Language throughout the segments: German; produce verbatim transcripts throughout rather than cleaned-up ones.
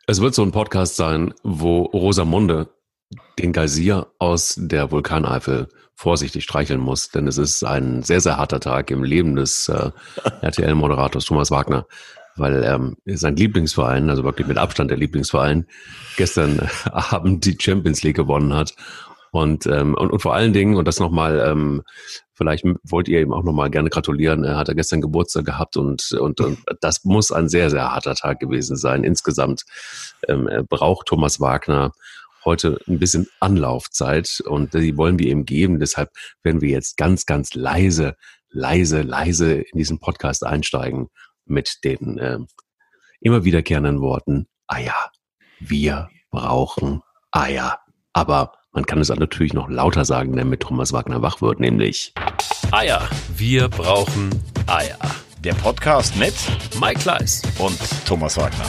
Es wird so ein Podcast sein, wo Rosamunde den Geysir aus der Vulkaneifel vorsichtig streicheln muss, denn es ist ein sehr, sehr harter Tag im Leben des äh, R T L-Moderators Thomas Wagner, weil ähm, sein Lieblingsverein, also wirklich mit Abstand der Lieblingsverein, gestern Abend die Champions League gewonnen hat. Und, ähm, und, und vor allen Dingen, und das nochmal, ähm, vielleicht wollt ihr ihm auch nochmal gerne gratulieren, er hat er gestern Geburtstag gehabt und, und, und das muss ein sehr, sehr harter Tag gewesen sein. Insgesamt ähm, braucht Thomas Wagner heute ein bisschen Anlaufzeit und die wollen wir ihm geben. Deshalb werden wir jetzt ganz, ganz leise, leise, leise in diesen Podcast einsteigen mit den äh, immer wiederkehrenden Worten Eier. Wir brauchen Eier. Aber man kann es auch natürlich noch lauter sagen, damit Thomas Wagner wach wird, nämlich Eier. Wir brauchen Eier. Der Podcast mit Mike Kleiss und Thomas Wagner.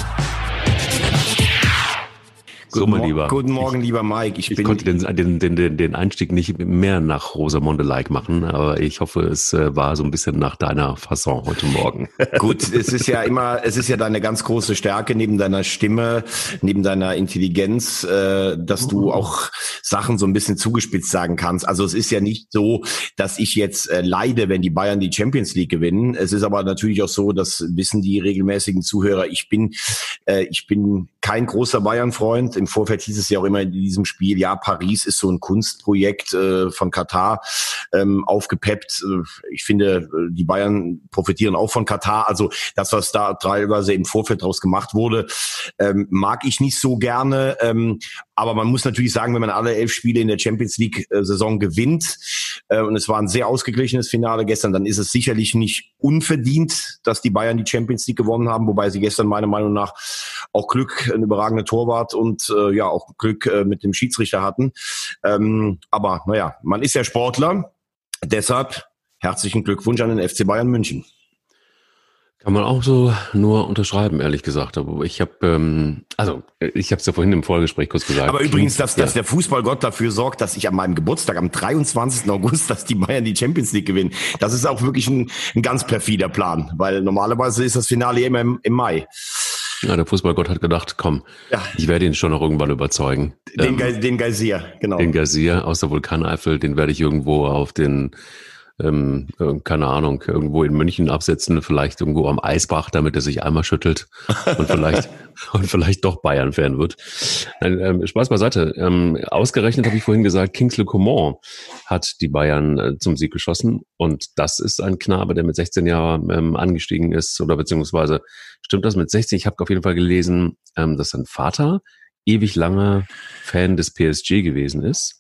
So, mein Lieber. Guten Morgen, lieber Mike. Ich, Ich bin konnte den, den, den, den Einstieg nicht mehr nach Rosamunde-like machen, aber ich hoffe, es war so ein bisschen nach deiner Fasson heute Morgen. Gut, es ist ja immer, es ist ja deine ganz große Stärke neben deiner Stimme, neben deiner Intelligenz, äh, dass du auch Sachen so ein bisschen zugespitzt sagen kannst. Also es ist ja nicht so, dass ich jetzt äh, leide, wenn die Bayern die Champions League gewinnen. Es ist aber natürlich auch so, das wissen die regelmäßigen Zuhörer, ich bin, äh, ich bin kein großer Bayern-Freund. Im Vorfeld hieß es ja auch immer in diesem Spiel, ja, Paris ist so ein Kunstprojekt äh, von Katar ähm, aufgepeppt. Ich finde, die Bayern profitieren auch von Katar. Also das, was da teilweise im Vorfeld draus gemacht wurde, ähm, mag ich nicht so gerne. Ähm, aber man muss natürlich sagen, wenn man alle elf Spiele in der Champions League-Saison gewinnt, äh, und es war ein sehr ausgeglichenes Finale gestern, dann ist es sicherlich nicht unverdient, dass die Bayern die Champions League gewonnen haben, wobei sie gestern meiner Meinung nach auch Glück, ein überragender Torwart und äh, ja auch Glück äh, mit dem Schiedsrichter hatten. Ähm, aber naja, man ist ja Sportler, deshalb herzlichen Glückwunsch an den F C Bayern München. Kann man auch so nur unterschreiben, ehrlich gesagt. Aber ich habe, ähm, also ich habe es ja vorhin im Vorgespräch kurz gesagt. Aber übrigens, dass, ja. dass der Fußballgott dafür sorgt, dass ich an meinem Geburtstag am dreiundzwanzigsten August, dass die Bayern die Champions League gewinnen, das ist auch wirklich ein, ein ganz perfider Plan, weil normalerweise ist das Finale immer im, im Mai. Ja, der Fußballgott hat gedacht, komm, ja. ich werde ihn schon noch irgendwann überzeugen. Den, ähm, Ge- den Geysir, genau. Den Geysir aus der Vulkaneifel, den werde ich irgendwo auf den, ähm, keine Ahnung, irgendwo in München absetzen, vielleicht irgendwo am Eisbach, damit er sich einmal schüttelt und vielleicht und vielleicht doch Bayern-Fan wird. Nein, ähm, Spaß beiseite. Ähm, ausgerechnet habe ich vorhin gesagt, Kingsley Coman hat die Bayern äh, zum Sieg geschossen und das ist ein Knabe, der mit sechzehn Jahren ähm, angestiegen ist oder beziehungsweise stimmt das mit sechzehn? Ich habe auf jeden Fall gelesen, ähm, dass sein Vater ewig lange Fan des P S G gewesen ist.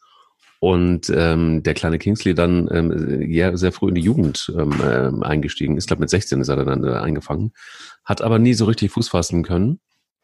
Und ähm, der kleine Kingsley dann ähm, ja, sehr früh in die Jugend ähm, äh, eingestiegen ist. Ich glaube, mit sechzehn ist er dann äh, eingefangen. Hat aber nie so richtig Fuß fassen können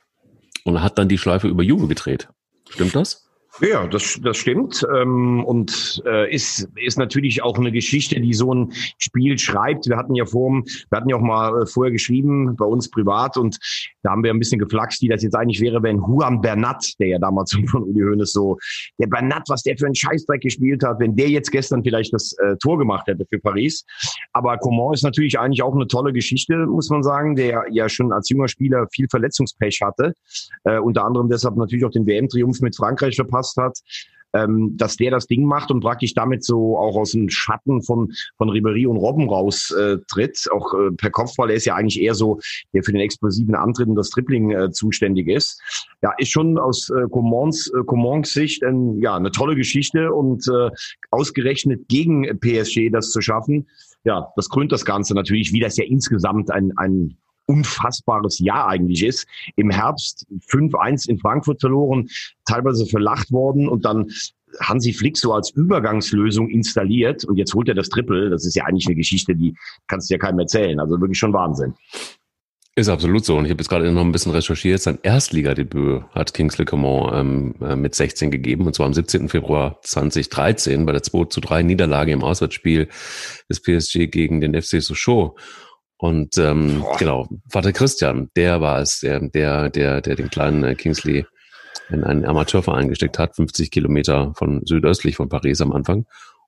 und hat dann die Schleife über Juve gedreht. Stimmt das? Ja, das, das stimmt. Ähm, und äh, ist, ist natürlich auch eine Geschichte, die so ein Spiel schreibt. Wir hatten ja vor, wir hatten ja auch mal äh, vorher geschrieben, bei uns privat, und da haben wir ein bisschen geflaxt, wie das jetzt eigentlich wäre, wenn Juan Bernat, der ja damals von Uli Hoeneß so, der Bernat, was der für einen Scheißdreck gespielt hat, wenn der jetzt gestern vielleicht das äh, Tor gemacht hätte für Paris. Aber Coman ist natürlich eigentlich auch eine tolle Geschichte, muss man sagen, der ja schon als junger Spieler viel Verletzungspech hatte. Äh, unter anderem deshalb natürlich auch den W M-Triumph mit Frankreich verpasst hat, ähm, dass der das Ding macht und praktisch damit so auch aus dem Schatten von von Ribéry und Robben raus äh, tritt, auch äh, per Kopfball. Er ist ja eigentlich eher so, der für den explosiven Antritt und das Dribbling äh, zuständig ist. Ja, ist schon aus äh, Comans, äh, Comans Sicht ein, ja, eine tolle Geschichte und äh, ausgerechnet gegen P S G das zu schaffen, ja, das krönt das Ganze natürlich, wie das ja insgesamt ein ein unfassbares Jahr eigentlich ist. Im Herbst fünf eins in Frankfurt verloren, teilweise verlacht worden und dann Hansi Flick so als Übergangslösung installiert und jetzt holt er das Triple. Das ist ja eigentlich eine Geschichte, die kannst du ja keinem erzählen. Also wirklich schon Wahnsinn. Ist absolut so. Und ich habe jetzt gerade noch ein bisschen recherchiert. Sein Erstligadebüt hat Kingsley Coman ähm, mit sechzehn gegeben, und zwar am siebzehnten Februar zweitausenddreizehn bei der zwei zu drei Niederlage im Auswärtsspiel des P S G gegen den F C Sochaux. Und ähm, Boah. genau, Vater Christian, der war es, der, der, der, der den kleinen Kingsley in einen Amateurverein gesteckt hat, fünfzig Kilometer von südöstlich von Paris am Anfang.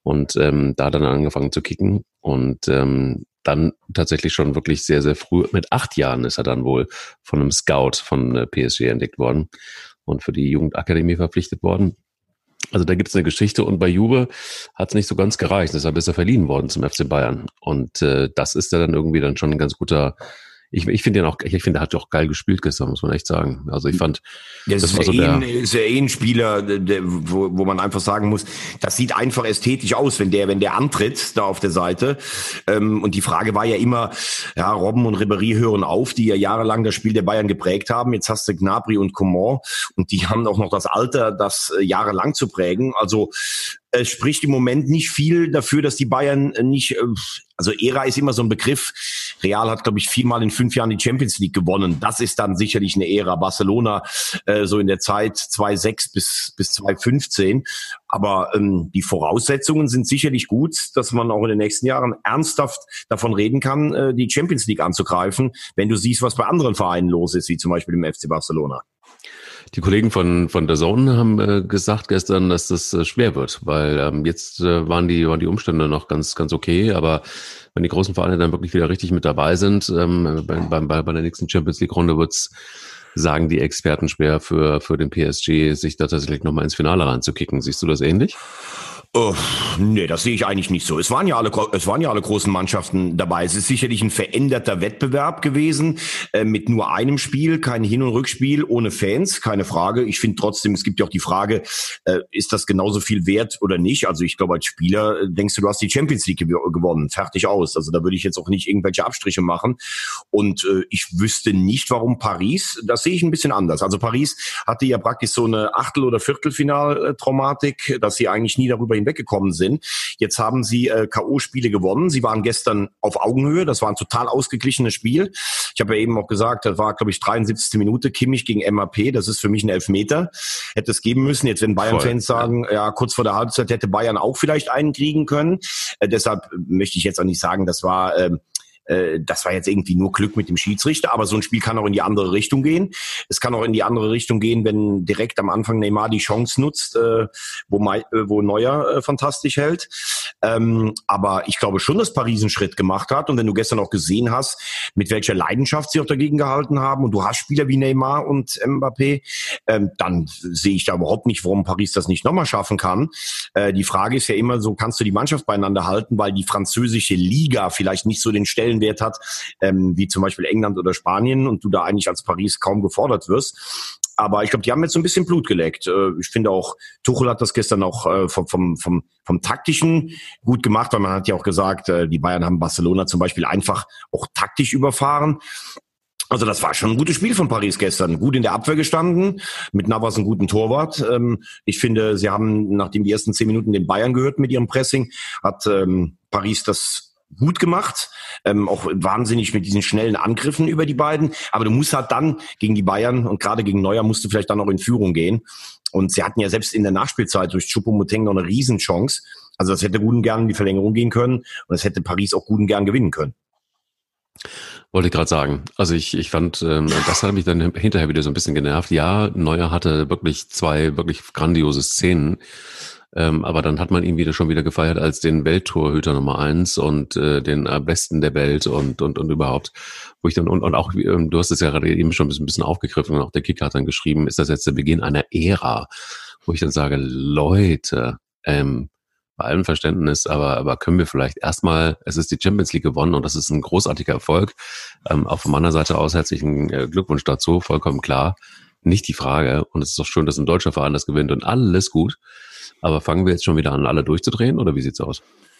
und ähm, da dann angefangen zu kicken und ähm, dann tatsächlich schon wirklich sehr, sehr früh, mit acht Jahren ist er dann wohl von einem Scout von äh, P S G entdeckt worden und für die Jugendakademie verpflichtet worden. Also da gibt's eine Geschichte und bei Juve hat's nicht so ganz gereicht, deshalb ist er verliehen worden zum F C Bayern und äh, das ist ja dann irgendwie dann schon ein ganz guter. Ich, ich finde ihn auch, ich finde, er hat auch geil gespielt gestern, muss man echt sagen. Also ich fand, das, das ist war so ja der, ein, ist ja eh ein Spieler, der, wo, wo man einfach sagen muss, das sieht einfach ästhetisch aus, wenn der, wenn der antritt da auf der Seite. Ähm, und die Frage war ja immer, ja, Robben und Ribéry hören auf, die ja jahrelang das Spiel der Bayern geprägt haben. Jetzt hast du Gnabry und Coman und die haben auch noch das Alter, das äh, jahrelang zu prägen. Also es spricht im Moment nicht viel dafür, dass die Bayern nicht, also Ära ist immer so ein Begriff. Real hat, glaube ich, viermal in fünf Jahren die Champions League gewonnen. Das ist dann sicherlich eine Ära. Barcelona äh, so in der Zeit zweitausendsechs bis bis zweitausendfünfzehn. Aber ähm, die Voraussetzungen sind sicherlich gut, dass man auch in den nächsten Jahren ernsthaft davon reden kann, äh, die Champions League anzugreifen, wenn du siehst, was bei anderen Vereinen los ist, wie zum Beispiel im F C Barcelona. Die Kollegen von von der Zone haben äh, gesagt gestern, dass das äh, schwer wird, weil ähm, jetzt äh, waren die waren die Umstände noch ganz ganz okay, aber wenn die großen Vereine dann wirklich wieder richtig mit dabei sind, ähm, bei, bei, bei der nächsten Champions League Runde wird's, sagen die Experten, schwer für für den P S G, sich da tatsächlich nochmal ins Finale reinzukicken. Siehst du das ähnlich? Oh, nee, das sehe ich eigentlich nicht so. Es waren ja alle, es waren ja alle großen Mannschaften dabei. Es ist sicherlich ein veränderter Wettbewerb gewesen, äh, mit nur einem Spiel, kein Hin- und Rückspiel, ohne Fans, keine Frage. Ich finde trotzdem, es gibt ja auch die Frage, äh, ist das genauso viel wert oder nicht? Also ich glaube, als Spieler äh, denkst du, du hast die Champions League gew- gewonnen, fertig aus. Also da würde ich jetzt auch nicht irgendwelche Abstriche machen. Und äh, ich wüsste nicht, warum Paris, das sehe ich ein bisschen anders. Also Paris hatte ja praktisch so eine Achtel- oder Viertelfinal-Traumatik, dass sie eigentlich nie darüber weggekommen sind. Jetzt haben sie äh, K O-Spiele gewonnen. Sie waren gestern auf Augenhöhe. Das war ein total ausgeglichenes Spiel. Ich habe ja eben auch gesagt, das war, glaube ich, dreiundsiebzigste Minute Kimmich gegen M A P. Das ist für mich ein Elfmeter. Hätte es geben müssen. Jetzt, wenn Bayern-Fans sagen, ja. ja, kurz vor der Halbzeit hätte Bayern auch vielleicht einen kriegen können. Äh, deshalb möchte ich jetzt auch nicht sagen, das war äh, das war jetzt irgendwie nur Glück mit dem Schiedsrichter, aber so ein Spiel kann auch in die andere Richtung gehen. Es kann auch in die andere Richtung gehen, wenn direkt am Anfang Neymar die Chance nutzt, äh, wo, Mai, äh, wo Neuer äh, fantastisch hält. Ähm, aber ich glaube schon, dass Paris einen Schritt gemacht hat. Und wenn du gestern auch gesehen hast, mit welcher Leidenschaft sie auch dagegen gehalten haben und du hast Spieler wie Neymar und Mbappé, ähm, dann sehe ich da überhaupt nicht, warum Paris das nicht nochmal schaffen kann. Äh, die Frage ist ja immer so, kannst du die Mannschaft beieinander halten, weil die französische Liga vielleicht nicht so den Stellen Wert hat, ähm, wie zum Beispiel England oder Spanien und du da eigentlich als Paris kaum gefordert wirst. Aber ich glaube, die haben jetzt so ein bisschen Blut geleckt. Äh, ich finde auch, Tuchel hat das gestern auch äh, vom, vom, vom, vom Taktischen gut gemacht, weil man hat ja auch gesagt, äh, die Bayern haben Barcelona zum Beispiel einfach auch taktisch überfahren. Also das war schon ein gutes Spiel von Paris gestern. Gut in der Abwehr gestanden, mit Navas einen guten Torwart. Ähm, ich finde, sie haben, nachdem die ersten zehn Minuten den Bayern gehört mit ihrem Pressing, hat ähm, Paris das gut gemacht, ähm, auch wahnsinnig mit diesen schnellen Angriffen über die beiden, aber du musst halt dann gegen die Bayern und gerade gegen Neuer musst du vielleicht dann auch in Führung gehen und sie hatten ja selbst in der Nachspielzeit durch Choupo-Moting noch eine Riesenchance, also das hätte gut und gern in die Verlängerung gehen können und das hätte Paris auch gut und gern gewinnen können. Wollte ich gerade sagen. Also ich, ich fand, ähm, das hat mich dann hinterher wieder so ein bisschen genervt. Ja, Neuer hatte wirklich zwei wirklich grandiose Szenen. Ähm, aber dann hat man ihn wieder schon wieder gefeiert als den Welttorhüter Nummer eins und äh, den äh, Besten der Welt und und und überhaupt, wo ich dann und, und auch ähm, du hast es ja gerade eben schon ein bisschen aufgegriffen und auch der Kicker hat dann geschrieben, ist das jetzt der Beginn einer Ära, wo ich dann sage, Leute, ähm, bei allem Verständnis, aber aber können wir vielleicht erstmal, es ist die Champions League gewonnen und das ist ein großartiger Erfolg. Ähm, auch von meiner Seite aus herzlichen äh, Glückwunsch dazu, vollkommen klar, nicht die Frage und es ist doch schön, dass ein deutscher Verein das gewinnt und alles gut. Aber fangen wir jetzt schon wieder an, alle durchzudrehen, oder wie sieht's aus?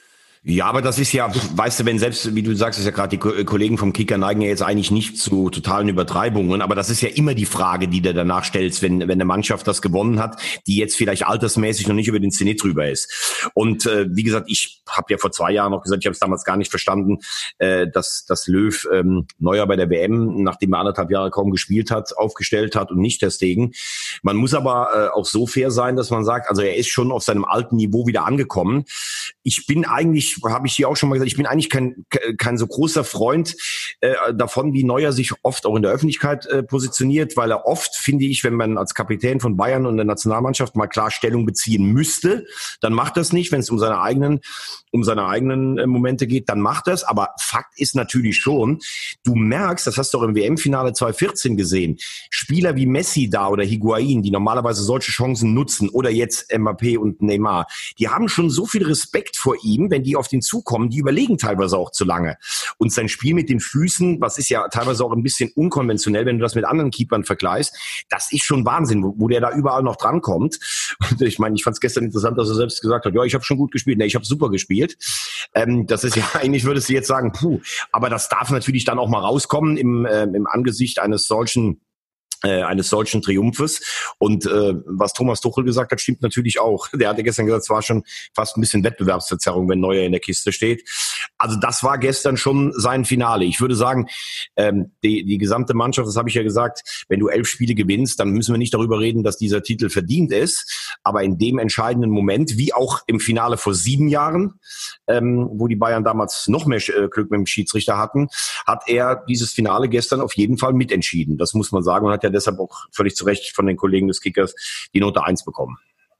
Ja, aber das ist ja, weißt du, wenn selbst, wie du sagst, ist ja gerade die Kollegen vom Kicker neigen ja jetzt eigentlich nicht zu totalen Übertreibungen, aber das ist ja immer die Frage, die du danach stellst, wenn wenn eine Mannschaft das gewonnen hat, die jetzt vielleicht altersmäßig noch nicht über den Zenit drüber ist. Und äh, wie gesagt, ich habe ja vor zwei Jahren noch gesagt, ich habe es damals gar nicht verstanden, äh, dass dass Löw ähm, Neuer bei der W M, nachdem er anderthalb Jahre kaum gespielt hat, aufgestellt hat und nicht Ter Stegen. Man muss aber äh, auch so fair sein, dass man sagt, also er ist schon auf seinem alten Niveau wieder angekommen. Ich bin eigentlich eigentlich, habe ich hier auch schon mal gesagt, ich bin eigentlich kein kein so großer Freund äh, davon, wie Neuer sich oft auch in der Öffentlichkeit äh, positioniert, weil er oft, finde ich, wenn man als Kapitän von Bayern und der Nationalmannschaft mal klar Stellung beziehen müsste, dann macht das nicht. Wenn es um seine eigenen um seine eigenen äh, Momente geht, dann macht das. Aber Fakt ist natürlich schon, du merkst, das hast du auch im W M-Finale zwanzig vierzehn gesehen, Spieler wie Messi da oder Higuain, die normalerweise solche Chancen nutzen, oder jetzt Mbappé und Neymar, die haben schon so viel Respekt vor ihm, wenn die auf den zukommen, die überlegen teilweise auch zu lange. Und sein Spiel mit den Füßen, was ist ja teilweise auch ein bisschen unkonventionell, wenn du das mit anderen Keepern vergleichst, das ist schon Wahnsinn, wo, wo der da überall noch drankommt. Und ich meine, ich fand es gestern interessant, dass er selbst gesagt hat, ja, ich habe schon gut gespielt. Nee, ich habe super gespielt. Ähm, das ist ja, eigentlich würdest du jetzt sagen, puh, aber das darf natürlich dann auch mal rauskommen im, äh, im Angesicht eines solchen Äh, eines solchen Triumphes. Und äh, was Thomas Tuchel gesagt hat, stimmt natürlich auch. Der hatte gestern gesagt, es war schon fast ein bisschen Wettbewerbsverzerrung, wenn Neuer in der Kiste steht. Also das war gestern schon sein Finale. Ich würde sagen, ähm, die, die gesamte Mannschaft, das habe ich ja gesagt, wenn du elf Spiele gewinnst, dann müssen wir nicht darüber reden, dass dieser Titel verdient ist. Aber in dem entscheidenden Moment, wie auch im Finale vor sieben Jahren, ähm, wo die Bayern damals noch mehr Glück mit dem Schiedsrichter hatten, hat er dieses Finale gestern auf jeden Fall mitentschieden. Das muss man sagen, und hat ja deshalb auch völlig zu Recht von den Kollegen des Kickers die Note eins bekommen.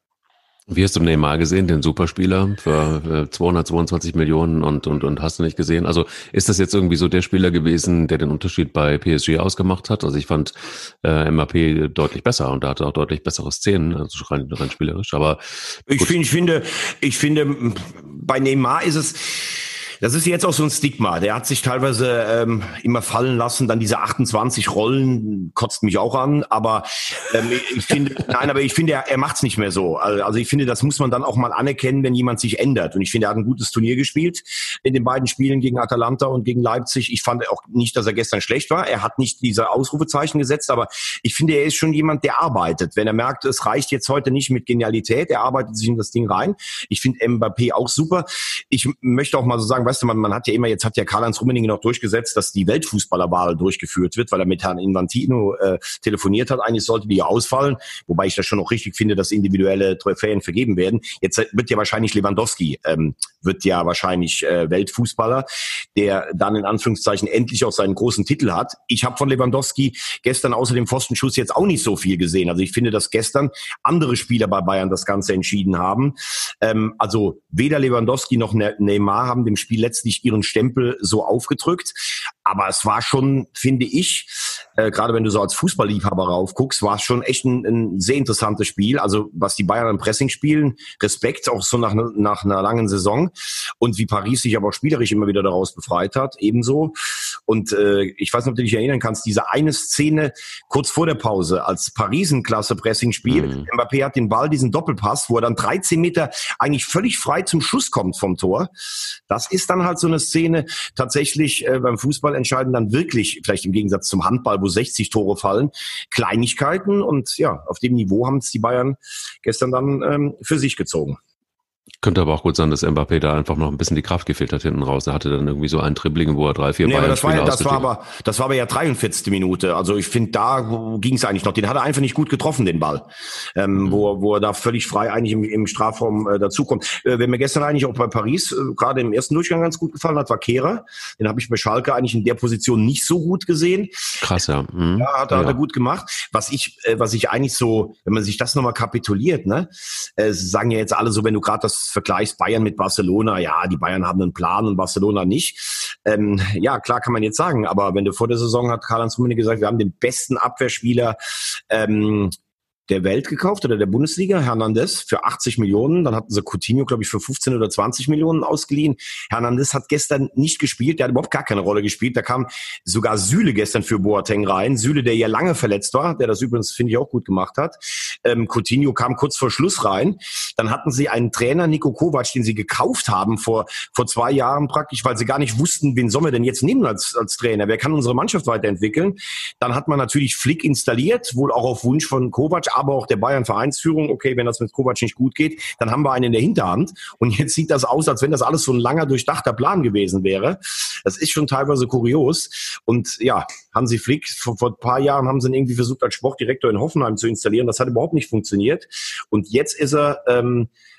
Wie hast du Neymar gesehen, den Superspieler für zweihundertzweiundzwanzig Millionen und, und, und hast du nicht gesehen? Also ist das jetzt irgendwie so der Spieler gewesen, der den Unterschied bei P S G ausgemacht hat? Also ich fand äh, Mbappé deutlich besser und da hatte auch deutlich bessere Szenen, also rein, rein spielerisch. Aber ich, find, ich finde, ich finde, bei Neymar ist es, das ist jetzt auch so ein Stigma. Der hat sich teilweise ähm, immer fallen lassen. Dann diese achtundzwanzig Rollen kotzt mich auch an. Aber ähm, ich finde, nein, aber ich finde, er, er macht's nicht mehr so. Also ich finde, das muss man dann auch mal anerkennen, wenn jemand sich ändert. Und ich finde, er hat ein gutes Turnier gespielt in den beiden Spielen gegen Atalanta und gegen Leipzig. Ich fand auch nicht, dass er gestern schlecht war. Er hat nicht diese Ausrufezeichen gesetzt, aber ich finde, er ist schon jemand, der arbeitet. Wenn er merkt, es reicht jetzt heute nicht mit Genialität, er arbeitet sich in das Ding rein. Ich finde Mbappé auch super. Ich möchte auch mal so sagen, weißt du, man, man hat ja immer, jetzt hat ja Karl-Heinz Rummenigge noch durchgesetzt, dass die Weltfußballerwahl durchgeführt wird, weil er mit Herrn Infantino äh, telefoniert hat. Eigentlich sollte die ja ausfallen, wobei ich das schon auch richtig finde, dass individuelle Trophäen vergeben werden. Jetzt wird ja wahrscheinlich Lewandowski, ähm, wird ja wahrscheinlich äh, Weltfußballer, der dann in Anführungszeichen endlich auch seinen großen Titel hat. Ich habe von Lewandowski gestern außer dem Pfostenschuss jetzt auch nicht so viel gesehen. Also ich finde, dass gestern andere Spieler bei Bayern das Ganze entschieden haben. Ähm, also weder Lewandowski noch Neymar haben dem Spiel letztlich ihren Stempel so aufgedrückt. Aber es war schon, finde ich, äh, gerade wenn du so als Fußballliebhaber raufguckst, war es schon echt ein, ein sehr interessantes Spiel. Also was die Bayern im Pressing spielen, Respekt, auch so nach, nach einer langen Saison. Und wie Paris sich aber auch spielerisch immer wieder daraus befreit hat, ebenso. Und äh, ich weiß nicht, ob du dich erinnern kannst, diese eine Szene kurz vor der Pause, als Paris ein klasse Pressing spielt. Mhm. Mbappé hat den Ball, diesen Doppelpass, wo er dann dreizehn Meter eigentlich völlig frei zum Schuss kommt vom Tor. Das ist dann halt so eine Szene, tatsächlich äh, beim Fußball entscheiden dann wirklich, vielleicht im Gegensatz zum Handball, wo sechzig Tore fallen, Kleinigkeiten. Und ja, auf dem Niveau haben es die Bayern gestern dann ähm, für sich gezogen. Könnte aber auch gut sein, dass Mbappé da einfach noch ein bisschen die Kraft gefehlt hat hinten raus. Er hatte dann irgendwie so ein Dribbling, wo er drei, vier nee, Bayern das war ja, das war aber, das war aber ja dreiundvierzigste Minute. Also ich finde, da ging es eigentlich noch. Den hat er einfach nicht gut getroffen, den Ball, ähm, mhm. wo, wo er da völlig frei eigentlich im, im Strafraum äh, dazukommt. Äh, wer mir gestern eigentlich auch bei Paris äh, gerade im ersten Durchgang ganz gut gefallen hat, war Kehrer. Den habe ich bei Schalke eigentlich in der Position nicht so gut gesehen. Krass, ja. Mhm. Ja, hat, er, ja. hat er gut gemacht. Was ich, äh, was ich eigentlich so, wenn man sich das nochmal kapituliert, ne, äh, sagen ja jetzt alle so, wenn du gerade das vergleichst, Bayern mit Barcelona, ja, die Bayern haben einen Plan und Barcelona nicht. Ähm, ja, klar kann man jetzt sagen, aber wenn du vor der Saison hat Karl-Heinz Rummenigge gesagt, wir haben den besten Abwehrspieler ähm, der Welt gekauft oder der Bundesliga, Hernandez, für achtzig Millionen. Dann hatten sie Coutinho, glaube ich, für fünfzehn oder zwanzig Millionen ausgeliehen. Hernandez hat gestern nicht gespielt, der hat überhaupt gar keine Rolle gespielt. Da kam sogar Süle gestern für Boateng rein. Süle, der ja lange verletzt war, der das übrigens, finde ich, auch gut gemacht hat. Ähm, Coutinho kam kurz vor Schluss rein. Dann hatten sie einen Trainer, Niko Kovac, den sie gekauft haben vor vor zwei Jahren praktisch, weil sie gar nicht wussten, wen sollen wir denn jetzt nehmen als, als Trainer? Wer kann unsere Mannschaft weiterentwickeln? Dann hat man natürlich Flick installiert, wohl auch auf Wunsch von Kovac, aber auch der Bayern-Vereinsführung, okay, wenn das mit Kovac nicht gut geht, dann haben wir einen in der Hinterhand. Und jetzt sieht das aus, als wenn das alles so ein langer, durchdachter Plan gewesen wäre. Das ist schon teilweise kurios. Und ja, Hansi Flick, vor, vor ein paar Jahren haben sie ihn irgendwie versucht, als Sportdirektor in Hoffenheim zu installieren. Das hat überhaupt nicht funktioniert. Und jetzt ist er ähm,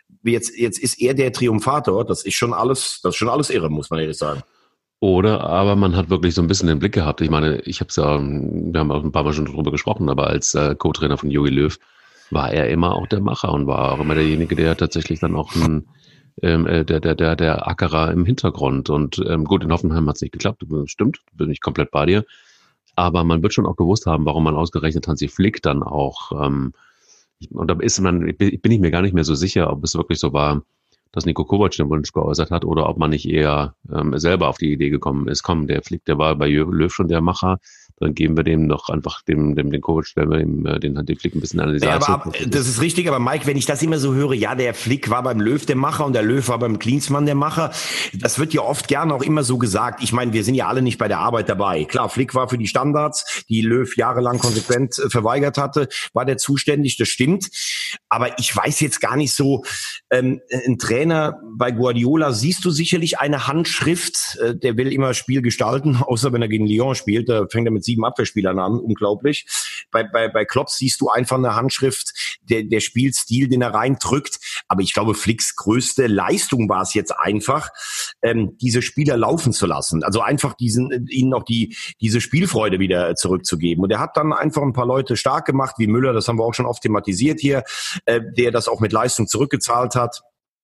jetzt, jetzt ist er der Triumphator. Das ist schon alles, das ist schon alles irre, muss man ehrlich sagen. Oder aber man hat wirklich so ein bisschen den Blick gehabt. Ich meine, ich habe es ja, wir haben auch ein paar Mal schon drüber gesprochen, aber als äh, Co-Trainer von Jogi Löw war er immer auch der Macher und war auch immer derjenige, der tatsächlich dann auch ein, ähm, der, der, der, der Ackerer im Hintergrund. Und ähm, gut, in Hoffenheim hat es nicht geklappt, stimmt, bin ich komplett bei dir. Aber man wird schon auch gewusst haben, warum man ausgerechnet Hansi Flick dann auch, ähm, und da ist man, bin ich mir gar nicht mehr so sicher, ob es wirklich so war, dass Niko Kovac den Wunsch geäußert hat oder ob man nicht eher ähm, selber auf die Idee gekommen ist, komm, der Flick, der war bei Löw schon der Macher, dann geben wir dem doch einfach dem dem den Kovac, stellen wir dem den, den Flick ein bisschen an die Seite. Ja, aber ab, das ist richtig, aber Mike, wenn ich das immer so höre, ja, der Flick war beim Löw der Macher und der Löw war beim Klinsmann der Macher, das wird ja oft gerne auch immer so gesagt. Ich meine, wir sind ja alle nicht bei der Arbeit dabei. Klar, Flick war für die Standards, die Löw jahrelang konsequent äh, verweigert hatte, war der zuständig, das stimmt. Aber ich weiß jetzt gar nicht so, ähm, ein Trainer bei Guardiola siehst du sicherlich eine Handschrift, äh, der will immer Spiel gestalten, außer wenn er gegen Lyon spielt, da fängt er mit sieben Abwehrspielern an, unglaublich. Bei, bei, bei Klopp siehst du einfach eine Handschrift, der, der Spielstil, den er reindrückt. Aber ich glaube, Flicks größte Leistung war es jetzt einfach, ähm, diese Spieler laufen zu lassen. Also einfach diesen, ihnen auch die, diese Spielfreude wieder zurückzugeben. Und er hat dann einfach ein paar Leute stark gemacht, wie Müller, das haben wir auch schon oft thematisiert hier, äh, der das auch mit Leistung zurückgezahlt hat.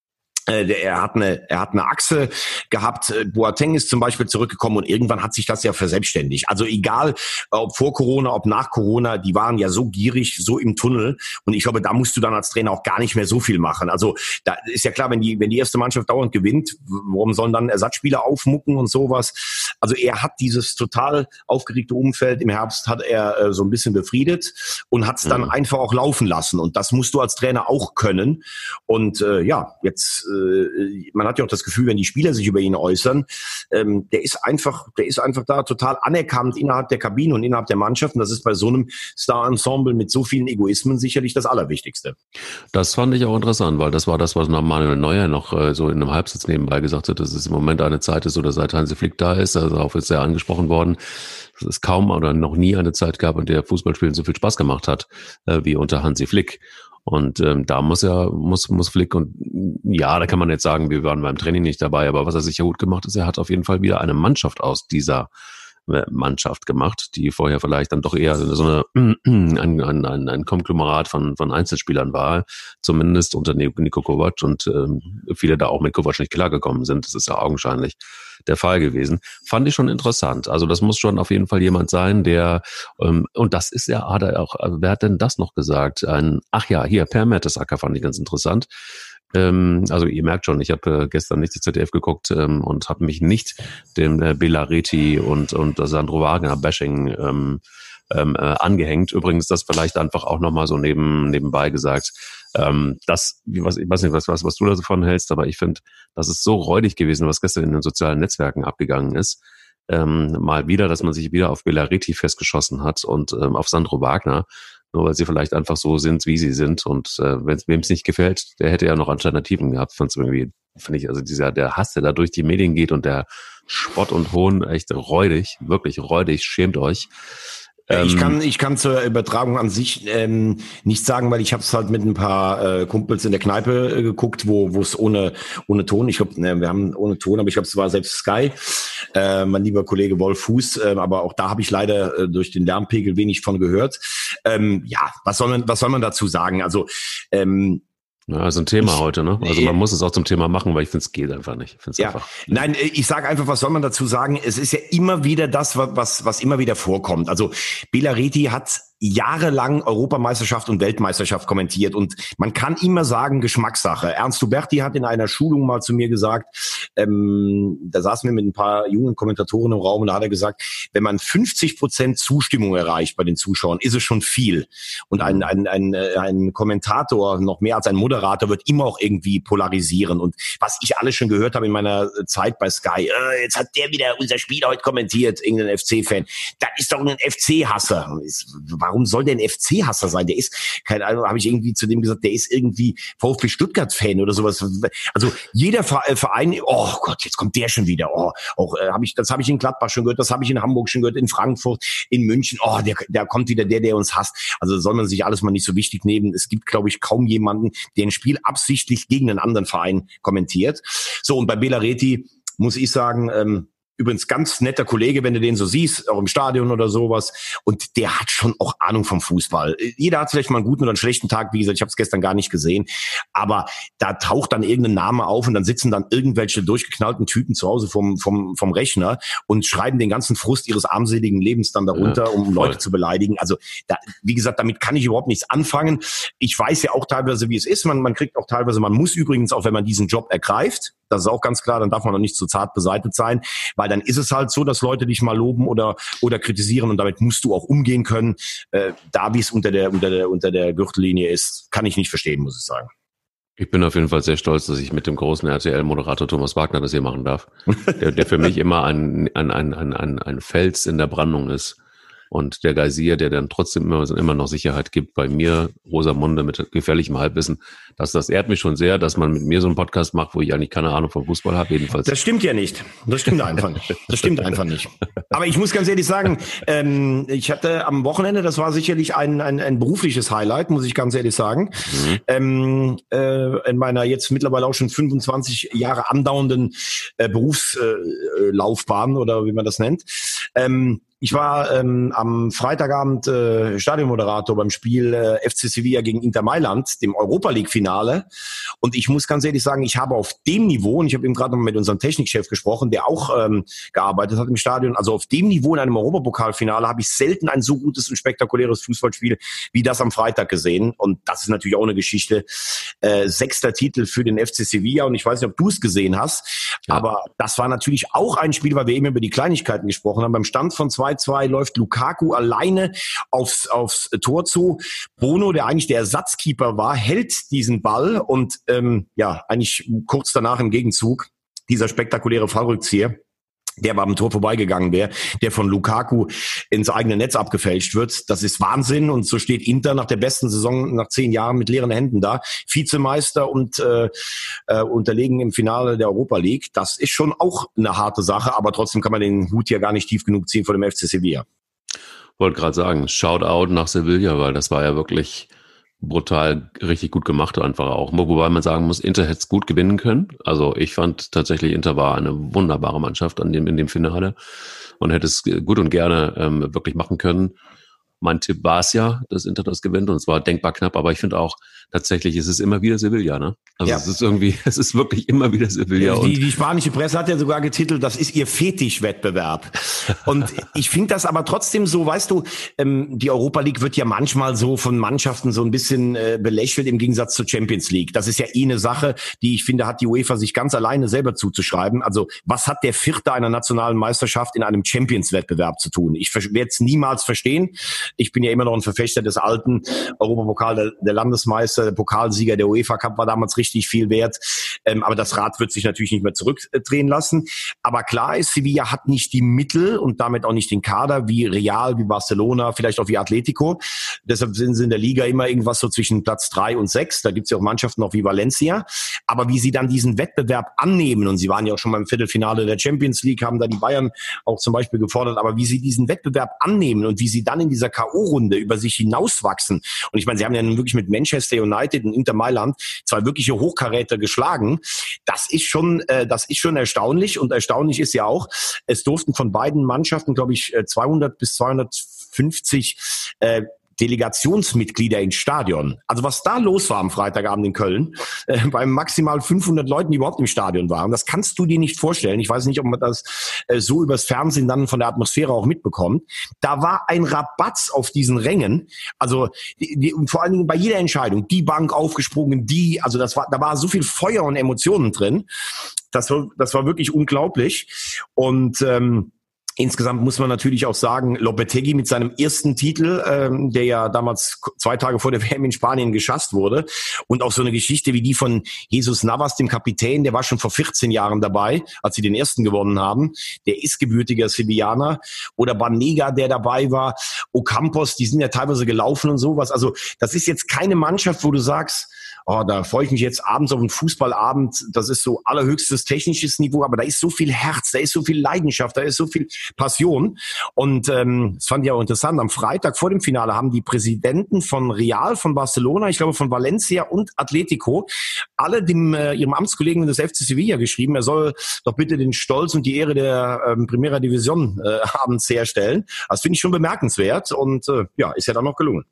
Er hat eine, er hat eine Achse gehabt. Boateng ist zum Beispiel zurückgekommen und irgendwann hat sich das ja verselbstständigt. Also egal, ob vor Corona, ob nach Corona, die waren ja so gierig, so im Tunnel. Und ich glaube, da musst du dann als Trainer auch gar nicht mehr so viel machen. Also da ist ja klar, wenn die, wenn die erste Mannschaft dauernd gewinnt, warum sollen dann Ersatzspieler aufmucken und sowas? Also er hat dieses total aufgeregte Umfeld im Herbst hat er äh, so ein bisschen befriedet und hat es dann mhm. einfach auch laufen lassen. Und das musst du als Trainer auch können. Und äh, ja, jetzt man hat ja auch das Gefühl, wenn die Spieler sich über ihn äußern, ähm, der ist einfach, der ist einfach da total anerkannt innerhalb der Kabine und innerhalb der Mannschaft. Und das ist bei so einem Star-Ensemble mit so vielen Egoismen sicherlich das Allerwichtigste. Das fand ich auch interessant, weil das war das, was Manuel Neuer noch äh, so in einem Halbsatz nebenbei gesagt hat, dass es im Moment eine Zeit ist oder seit Hansi Flick da ist, also auch ist sehr angesprochen worden, dass es kaum oder noch nie eine Zeit gab, in der Fußballspielen so viel Spaß gemacht hat, äh, wie unter Hansi Flick. Und ähm, da muss er, muss, muss Flick und ja, da kann man jetzt sagen, wir waren beim Training nicht dabei, aber was er sicher gut gemacht ist, er hat auf jeden Fall wieder eine Mannschaft aus dieser Mannschaft gemacht, die vorher vielleicht dann doch eher so eine ein, ein, ein, ein Konglomerat von, von Einzelspielern war, zumindest unter Niko Kovac und ähm, viele da auch mit Kovac nicht klargekommen sind. Das ist ja augenscheinlich der Fall gewesen. Fand ich schon interessant. Also das muss schon auf jeden Fall jemand sein, der ähm, und das ist ja, hat er auch, also wer hat denn das noch gesagt? Ein, ach ja, hier, Per Mertesacker fand ich ganz interessant. Ähm, also ihr merkt schon, ich habe äh, gestern nicht die Z D F geguckt ähm, und habe mich nicht dem äh, Belareti und und Sandro Wagner Bashing ähm, ähm, äh, angehängt. Übrigens, das vielleicht einfach auch nochmal so neben nebenbei gesagt. Ähm, das, was, ich weiß nicht, was, was, was du davon hältst, aber ich finde, das ist so räudig gewesen, was gestern in den sozialen Netzwerken abgegangen ist. Ähm, mal wieder, dass man sich wieder auf Belareti festgeschossen hat und ähm, auf Sandro Wagner, nur weil sie vielleicht einfach so sind, wie sie sind. Und äh, wenn es wem es nicht gefällt, der hätte ja noch Alternativen gehabt. Fand's irgendwie, finde ich, also dieser der Hass, der da durch die Medien geht und der Spott und Hohn, echt räudig, wirklich räudig, schämt euch. Ich kann ich kann zur Übertragung an sich ähm, nicht sagen, weil ich habe es halt mit ein paar äh, Kumpels in der Kneipe äh, geguckt, wo wo es ohne ohne Ton, ich glaube, ne, wir haben ohne Ton, aber ich glaube, es war selbst Sky, äh, mein lieber Kollege Wolf Fuß, äh, aber auch da habe ich leider äh, durch den Lärmpegel wenig von gehört. Ähm, ja, was soll man was soll man dazu sagen? Also ähm, ja, also ein Thema ich, heute, ne? Also man muss es auch zum Thema machen, weil ich finde, es geht einfach nicht. Ich find's ja, einfach. Nein, ich sage einfach, was soll man dazu sagen? Es ist ja immer wieder das, was was immer wieder vorkommt. Also Belareti hat jahrelang Europameisterschaft und Weltmeisterschaft kommentiert und man kann immer sagen, Geschmackssache. Ernst Huberti hat in einer Schulung mal zu mir gesagt, ähm, da saßen wir mit ein paar jungen Kommentatoren im Raum und da hat er gesagt, wenn man fünfzig Prozent Zustimmung erreicht bei den Zuschauern, ist es schon viel. Und ein, ein, ein, ein Kommentator, noch mehr als ein Moderator, wird immer auch irgendwie polarisieren. Und was ich alles schon gehört habe in meiner Zeit bei Sky, äh, jetzt hat der wieder unser Spiel heute kommentiert, irgendein F C-Fan. Das ist doch ein F C-Hasser. Warum warum soll der ein F C-Hasser sein? Der ist, keine Ahnung, habe ich irgendwie zu dem gesagt, der ist irgendwie VfB Stuttgart-Fan oder sowas. Also jeder Verein, oh Gott, jetzt kommt der schon wieder. Oh, auch äh, habe ich, das habe ich in Gladbach schon gehört, das habe ich in Hamburg schon gehört, in Frankfurt, in München. Oh, der, der kommt wieder der, der uns hasst. Also soll man sich alles mal nicht so wichtig nehmen. Es gibt, glaube ich, kaum jemanden, der ein Spiel absichtlich gegen einen anderen Verein kommentiert. So, und bei Bela Reti muss ich sagen, ähm, übrigens ganz netter Kollege, wenn du den so siehst, auch im Stadion oder sowas. Und der hat schon auch Ahnung vom Fußball. Jeder hat vielleicht mal einen guten oder einen schlechten Tag. Wie gesagt, ich habe es gestern gar nicht gesehen. Aber da taucht dann irgendein Name auf und dann sitzen dann irgendwelche durchgeknallten Typen zu Hause vom, vom, vom Rechner und schreiben den ganzen Frust ihres armseligen Lebens dann darunter, ja, um voll. Leute zu beleidigen. Also, da, wie gesagt, damit kann ich überhaupt nichts anfangen. Ich weiß ja auch teilweise, wie es ist. Man, man kriegt auch teilweise, man muss übrigens auch, wenn man diesen Job ergreift, das ist auch ganz klar, dann darf man noch nicht zu zart beseitigt sein, weil dann ist es halt so, dass Leute dich mal loben oder oder kritisieren und damit musst du auch umgehen können. Äh, da wie es unter der unter der unter der Gürtellinie ist, kann ich nicht verstehen, muss ich sagen. Ich bin auf jeden Fall sehr stolz, dass ich mit dem großen R T L-Moderator Thomas Wagner das hier machen darf, der, der für mich immer ein, ein, ein, ein, ein, ein Fels in der Brandung ist. Und der Geysir, der dann trotzdem immer, immer noch Sicherheit gibt, bei mir, Rosamunde mit gefährlichem Halbwissen, das, das ehrt mich schon sehr, dass man mit mir so einen Podcast macht, wo ich eigentlich keine Ahnung vom Fußball habe, jedenfalls. Das stimmt ja nicht. Das stimmt einfach nicht. Das stimmt einfach nicht. Aber ich muss ganz ehrlich sagen, ähm, ich hatte am Wochenende, das war sicherlich ein, ein, ein berufliches Highlight, muss ich ganz ehrlich sagen, mhm. ähm, äh, in meiner jetzt mittlerweile auch schon fünfundzwanzig Jahre andauernden äh, Berufslaufbahn äh, oder wie man das nennt. Ähm, Ich war ähm, am Freitagabend äh, Stadionmoderator beim Spiel äh, F C Sevilla gegen Inter Mailand, dem Europa-League-Finale. Und ich muss ganz ehrlich sagen, ich habe auf dem Niveau, und ich habe eben gerade noch mit unserem Technikchef gesprochen, der auch ähm, gearbeitet hat im Stadion, also auf dem Niveau in einem Europapokalfinale habe ich selten ein so gutes und spektakuläres Fußballspiel wie das am Freitag gesehen. Und das ist natürlich auch eine Geschichte. Äh, sechster Titel für den F C Sevilla. Und ich weiß nicht, ob du es gesehen hast, ja. Aber das war natürlich auch ein Spiel, weil wir eben über die Kleinigkeiten gesprochen haben. Beim Stand von zwei zwei läuft Lukaku alleine aufs, aufs Tor zu. Bono, der eigentlich der Ersatzkeeper war, hält diesen Ball und ähm, ja, eigentlich kurz danach im Gegenzug dieser spektakuläre Fallrückzieher, der beim Tor vorbeigegangen wäre, der von Lukaku ins eigene Netz abgefälscht wird. Das ist Wahnsinn und so steht Inter nach der besten Saison nach zehn Jahren mit leeren Händen da. Vizemeister und äh, äh, unterlegen im Finale der Europa League. Das ist schon auch eine harte Sache, aber trotzdem kann man den Hut ja gar nicht tief genug ziehen vor dem F C Sevilla. Wollte gerade sagen, Shoutout nach Sevilla, weil das war ja wirklich brutal, richtig gut gemacht einfach auch. Wobei man sagen muss, Inter hätte es gut gewinnen können. Also ich fand tatsächlich, Inter war eine wunderbare Mannschaft an dem, in dem Finale und hätte es gut und gerne ähm, wirklich machen können. Mein Tipp war es ja, dass Inter das gewinnt und es war denkbar knapp, aber ich finde auch, tatsächlich ist es immer wieder Sevilla, ne? Also ja. es ist irgendwie, es ist wirklich immer wieder Sevilla. Die, die spanische Presse hat ja sogar getitelt, das ist ihr Fetischwettbewerb. Und ich finde das aber trotzdem so, weißt du, ähm, die Europa League wird ja manchmal so von Mannschaften so ein bisschen äh, belächelt im Gegensatz zur Champions League. Das ist ja eh eine Sache, die ich finde, hat die UEFA sich ganz alleine selber zuzuschreiben. Also was hat der Vierte einer nationalen Meisterschaft in einem Champions-Wettbewerb zu tun? Ich werde es niemals verstehen. Ich bin ja immer noch ein Verfechter des alten Europapokal der, der Landesmeister, der Pokalsieger, der UEFA Cup war damals richtig viel wert. Ähm, aber das Rad wird sich natürlich nicht mehr zurückdrehen lassen. Aber klar ist, Sevilla hat nicht die Mittel und damit auch nicht den Kader wie Real, wie Barcelona, vielleicht auch wie Atletico. Deshalb sind sie in der Liga immer irgendwas so zwischen Platz drei und sechs. Da gibt es ja auch Mannschaften noch wie Valencia. Aber wie sie dann diesen Wettbewerb annehmen, und sie waren ja auch schon beim Viertelfinale der Champions League, haben da die Bayern auch zum Beispiel gefordert, aber wie sie diesen Wettbewerb annehmen und wie sie dann in dieser K O-Runde über sich hinauswachsen. Und ich meine, sie haben ja nun wirklich mit Manchester United und Inter Mailand zwei wirkliche Hochkaräter geschlagen. Das ist schon, äh, das ist schon erstaunlich. Und erstaunlich ist ja auch, es durften von beiden Mannschaften, glaube ich, zweihundert bis zweihundertfünfzig äh, Delegationsmitglieder ins Stadion. Also was da los war am Freitagabend in Köln, äh, bei maximal fünfhundert Leuten, die überhaupt im Stadion waren, das kannst du dir nicht vorstellen. Ich weiß nicht, ob man das äh, so übers Fernsehen dann von der Atmosphäre auch mitbekommt. Da war ein Rabatz auf diesen Rängen. Also die, die, vor allen Dingen bei jeder Entscheidung, die Bank aufgesprungen, die, also das war, da war so viel Feuer und Emotionen drin. Das war, das war wirklich unglaublich. Und ähm, Insgesamt muss man natürlich auch sagen, Lopetegui mit seinem ersten Titel, ähm, der ja damals zwei Tage vor der W M in Spanien geschasst wurde, und auch so eine Geschichte wie die von Jesus Navas, dem Kapitän, der war schon vor vierzehn Jahren dabei, als sie den ersten gewonnen haben. Der ist gebürtiger Sevillaner. Oder Banega, der dabei war, Ocampos, die sind ja teilweise gelaufen und sowas. Also das ist jetzt keine Mannschaft, wo du sagst, oh, da freue ich mich jetzt abends auf einen Fußballabend, das ist so allerhöchstes technisches Niveau, aber da ist so viel Herz, da ist so viel Leidenschaft, da ist so viel Passion. Und ähm, das fand ich auch interessant, am Freitag vor dem Finale haben die Präsidenten von Real, von Barcelona, ich glaube von Valencia und Atletico, alle dem äh, ihrem Amtskollegen des F C Sevilla geschrieben, er soll doch bitte den Stolz und die Ehre der ähm, Primera División äh, abends herstellen. Das finde ich schon bemerkenswert und äh, ja, ist ja dann noch gelungen.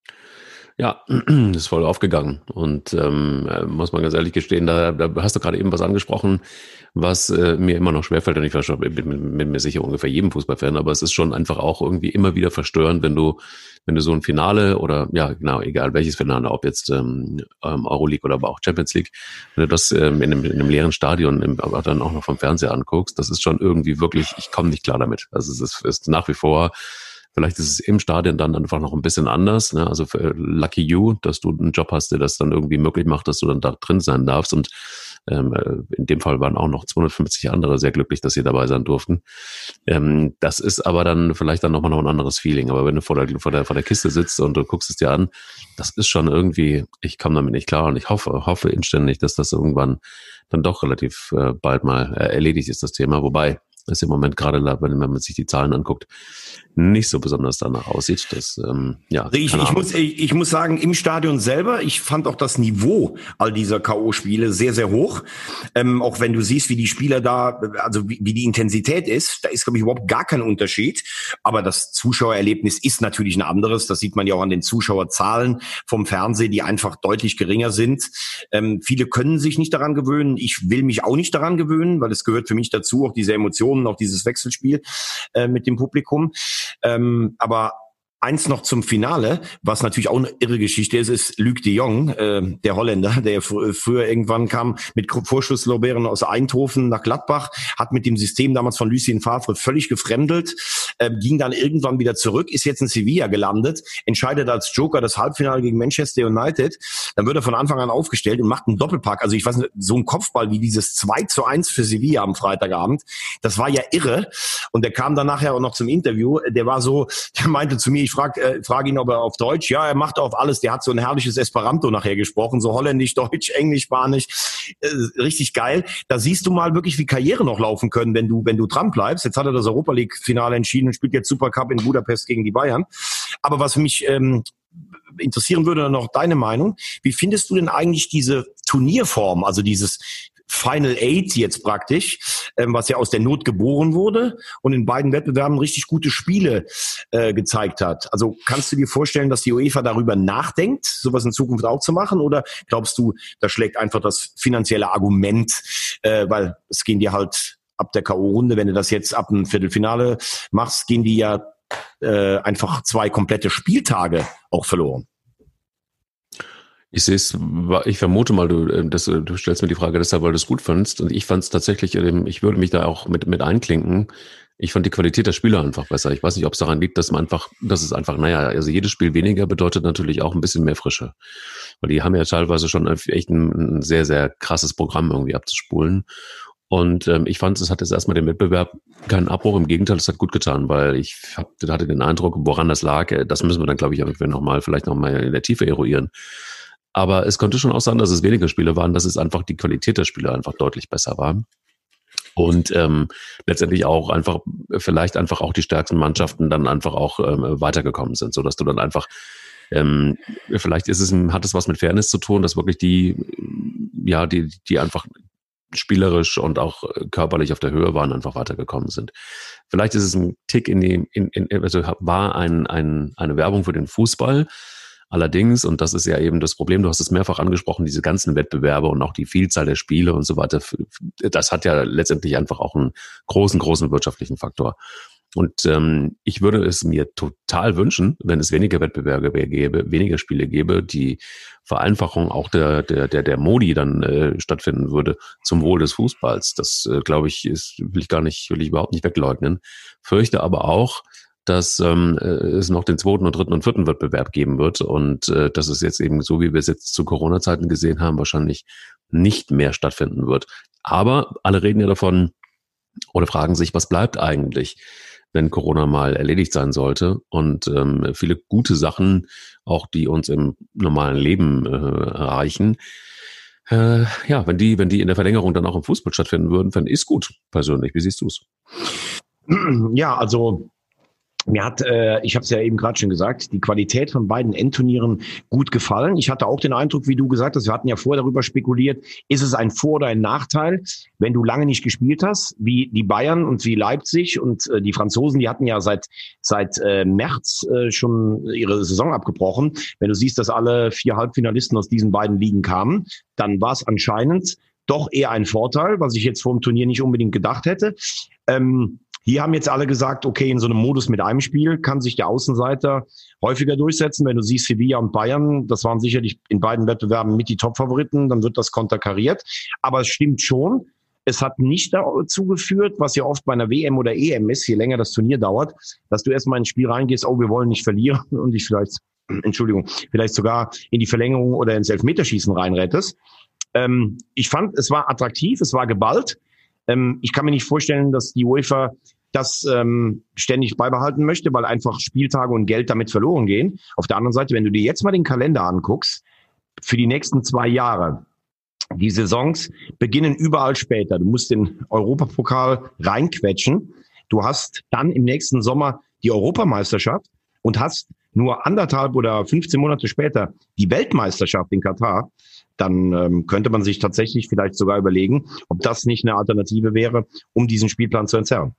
Ja, ist voll aufgegangen und ähm, muss man ganz ehrlich gestehen, da, da hast du gerade eben was angesprochen, was äh, mir immer noch schwerfällt, und ich war schon, bin, bin mir sicher ungefähr jedem Fußballfan, aber es ist schon einfach auch irgendwie immer wieder verstörend, wenn du wenn du so ein Finale oder ja genau, egal welches Finale, ob jetzt ähm, Euroleague oder aber auch Champions League, wenn du das ähm, in, einem, in einem leeren Stadion im, aber dann auch noch vom Fernseher anguckst, das ist schon irgendwie wirklich, ich komme nicht klar damit. Also es ist, ist nach wie vor. Vielleicht ist es im Stadion dann einfach noch ein bisschen anders. Ne? Also für lucky you, dass du einen Job hast, der das dann irgendwie möglich macht, dass du dann da drin sein darfst. Und ähm, in dem Fall waren auch noch zweihundertfünfzig andere sehr glücklich, dass sie dabei sein durften. Ähm, das ist aber dann vielleicht dann nochmal noch ein anderes Feeling. Aber wenn du vor der, vor der, vor der Kiste sitzt und du guckst es dir an, das ist schon irgendwie, ich komme damit nicht klar und ich hoffe, hoffe inständig, dass das irgendwann dann doch relativ äh, bald mal äh, erledigt ist, das Thema. Wobei es im Moment gerade, wenn man sich die Zahlen anguckt, nicht so besonders danach aussieht. Das, ähm, ja, also ich, ich, muss, ich, ich muss sagen, im Stadion selber, ich fand auch das Niveau all dieser K O-Spiele sehr, sehr hoch. Ähm, auch wenn du siehst, wie die Spieler da, also wie, wie die Intensität ist, da ist, glaube ich, überhaupt gar kein Unterschied. Aber das Zuschauererlebnis ist natürlich ein anderes. Das sieht man ja auch an den Zuschauerzahlen vom Fernsehen, die einfach deutlich geringer sind. Ähm, viele können sich nicht daran gewöhnen. Ich will mich auch nicht daran gewöhnen, weil es gehört für mich dazu, auch diese Emotionen, auch dieses Wechselspiel äh, mit dem Publikum. Ähm, aber eins noch zum Finale, was natürlich auch eine irre Geschichte ist, ist Luc de Jong, äh, der Holländer, der fr- früher irgendwann kam mit Vorschusslorbeeren aus Eindhoven nach Gladbach, hat mit dem System damals von Lucien Favre völlig gefremdelt, äh, ging dann irgendwann wieder zurück, ist jetzt in Sevilla gelandet, entscheidet als Joker das Halbfinale gegen Manchester United, dann wird er von Anfang an aufgestellt und macht einen Doppelpack. Also ich weiß nicht, so ein Kopfball wie dieses zwei zu eins für Sevilla am Freitagabend, das war ja irre. Und der kam dann nachher auch noch zum Interview, der war so, der meinte zu mir, ich frage äh, frag ihn, ob er auf Deutsch, ja, er macht auf alles, der hat so ein herrliches Esperanto nachher gesprochen, so holländisch, deutsch, englisch, spanisch, äh, richtig geil. Da siehst du mal wirklich, wie Karriere noch laufen können, wenn du wenn du dran bleibst. Jetzt hat er das Europa League-Finale entschieden und spielt jetzt Supercup in Budapest gegen die Bayern. Aber was mich ähm, interessieren würde, noch deine Meinung, wie findest du denn eigentlich diese Turnierform, also dieses Final Eight jetzt praktisch, ähm, was ja aus der Not geboren wurde und in beiden Wettbewerben richtig gute Spiele äh, gezeigt hat. Also kannst du dir vorstellen, dass die UEFA darüber nachdenkt, sowas in Zukunft auch zu machen? Oder glaubst du, da schlägt einfach das finanzielle Argument, äh, weil es gehen dir halt ab der K O-Runde, wenn du das jetzt ab dem Viertelfinale machst, gehen die ja äh, einfach zwei komplette Spieltage auch verloren. Ich sehe es, ich vermute mal, du, das, du stellst mir die Frage deshalb, weil du es gut fandst. Und ich fand es tatsächlich, ich würde mich da auch mit, mit einklinken. Ich fand die Qualität der Spieler einfach besser. Ich weiß nicht, ob es daran liegt, dass man einfach, dass es einfach, naja, also jedes Spiel weniger bedeutet natürlich auch ein bisschen mehr Frische. Weil die haben ja teilweise schon echt ein, ein sehr, sehr krasses Programm irgendwie abzuspulen. Und ähm, ich fand, es hat jetzt erstmal den Wettbewerb keinen Abbruch, im Gegenteil, es hat gut getan, weil ich hab, hatte den Eindruck, woran das lag, das müssen wir dann, glaube ich, irgendwie noch mal, vielleicht noch mal in der Tiefe eruieren. Aber es konnte schon auch sein, dass es weniger Spiele waren, dass es einfach die Qualität der Spiele einfach deutlich besser war. Und ähm, letztendlich auch einfach, vielleicht einfach auch die stärksten Mannschaften dann einfach auch ähm, weitergekommen sind, sodass du dann einfach, ähm, vielleicht ist es, hat es was mit Fairness zu tun, dass wirklich die, ja, die, die einfach spielerisch und auch körperlich auf der Höhe waren, einfach weitergekommen sind. Vielleicht ist es ein Tick in die, in, in, also war ein, ein, eine Werbung für den Fußball. Allerdings, und das ist ja eben das Problem, du hast es mehrfach angesprochen, diese ganzen Wettbewerbe und auch die Vielzahl der Spiele und so weiter, das hat ja letztendlich einfach auch einen großen, großen wirtschaftlichen Faktor. Und ähm, ich würde es mir total wünschen, wenn es weniger Wettbewerbe gäbe, weniger Spiele gäbe, die Vereinfachung auch der der der der Modi dann äh, stattfinden würde zum Wohl des Fußballs. Das äh, glaube ich ist will ich gar nicht will ich überhaupt nicht wegleugnen. Fürchte aber auch, dass ähm, es noch den zweiten und dritten und vierten Wettbewerb geben wird und äh, dass es jetzt eben so, wie wir es jetzt zu Corona-Zeiten gesehen haben, wahrscheinlich nicht mehr stattfinden wird. Aber alle reden ja davon oder fragen sich, was bleibt eigentlich, wenn Corona mal erledigt sein sollte. Und ähm, viele gute Sachen, auch die uns im normalen Leben äh, erreichen, äh, ja, wenn die, wenn die in der Verlängerung dann auch im Fußball stattfinden würden, dann ist gut, persönlich. Wie siehst du es? Ja, also mir hat, äh, ich habe es ja eben gerade schon gesagt, die Qualität von beiden Endturnieren gut gefallen. Ich hatte auch den Eindruck, wie du gesagt hast, wir hatten ja vorher darüber spekuliert, ist es ein Vor- oder ein Nachteil, wenn du lange nicht gespielt hast, wie die Bayern und wie Leipzig und äh, die Franzosen, die hatten ja seit seit äh, März äh, schon ihre Saison abgebrochen. Wenn du siehst, dass alle vier Halbfinalisten aus diesen beiden Ligen kamen, dann war es anscheinend doch eher ein Vorteil, was ich jetzt vor dem Turnier nicht unbedingt gedacht hätte. Ähm, Hier haben jetzt alle gesagt, okay, in so einem Modus mit einem Spiel kann sich der Außenseiter häufiger durchsetzen. Wenn du siehst, Sevilla und Bayern, das waren sicherlich in beiden Wettbewerben mit die Top-Favoriten, dann wird das konterkariert. Aber es stimmt schon, es hat nicht dazu geführt, was ja oft bei einer W M oder E M ist, je länger das Turnier dauert, dass du erstmal ins Spiel reingehst, oh, wir wollen nicht verlieren und dich vielleicht, Entschuldigung, vielleicht sogar in die Verlängerung oder ins Elfmeterschießen reinrettest. Ähm, ich fand, es war attraktiv, es war geballt. Ähm, ich kann mir nicht vorstellen, dass die UEFA das ähm, ständig beibehalten möchte, weil einfach Spieltage und Geld damit verloren gehen. Auf der anderen Seite, wenn du dir jetzt mal den Kalender anguckst, für die nächsten zwei Jahre, die Saisons beginnen überall später. Du musst den Europapokal reinquetschen. Du hast dann im nächsten Sommer die Europameisterschaft und hast nur anderthalb oder fünfzehn Monate später die Weltmeisterschaft in Katar. Dann ähm, könnte man sich tatsächlich vielleicht sogar überlegen, ob das nicht eine Alternative wäre, um diesen Spielplan zu entzerren.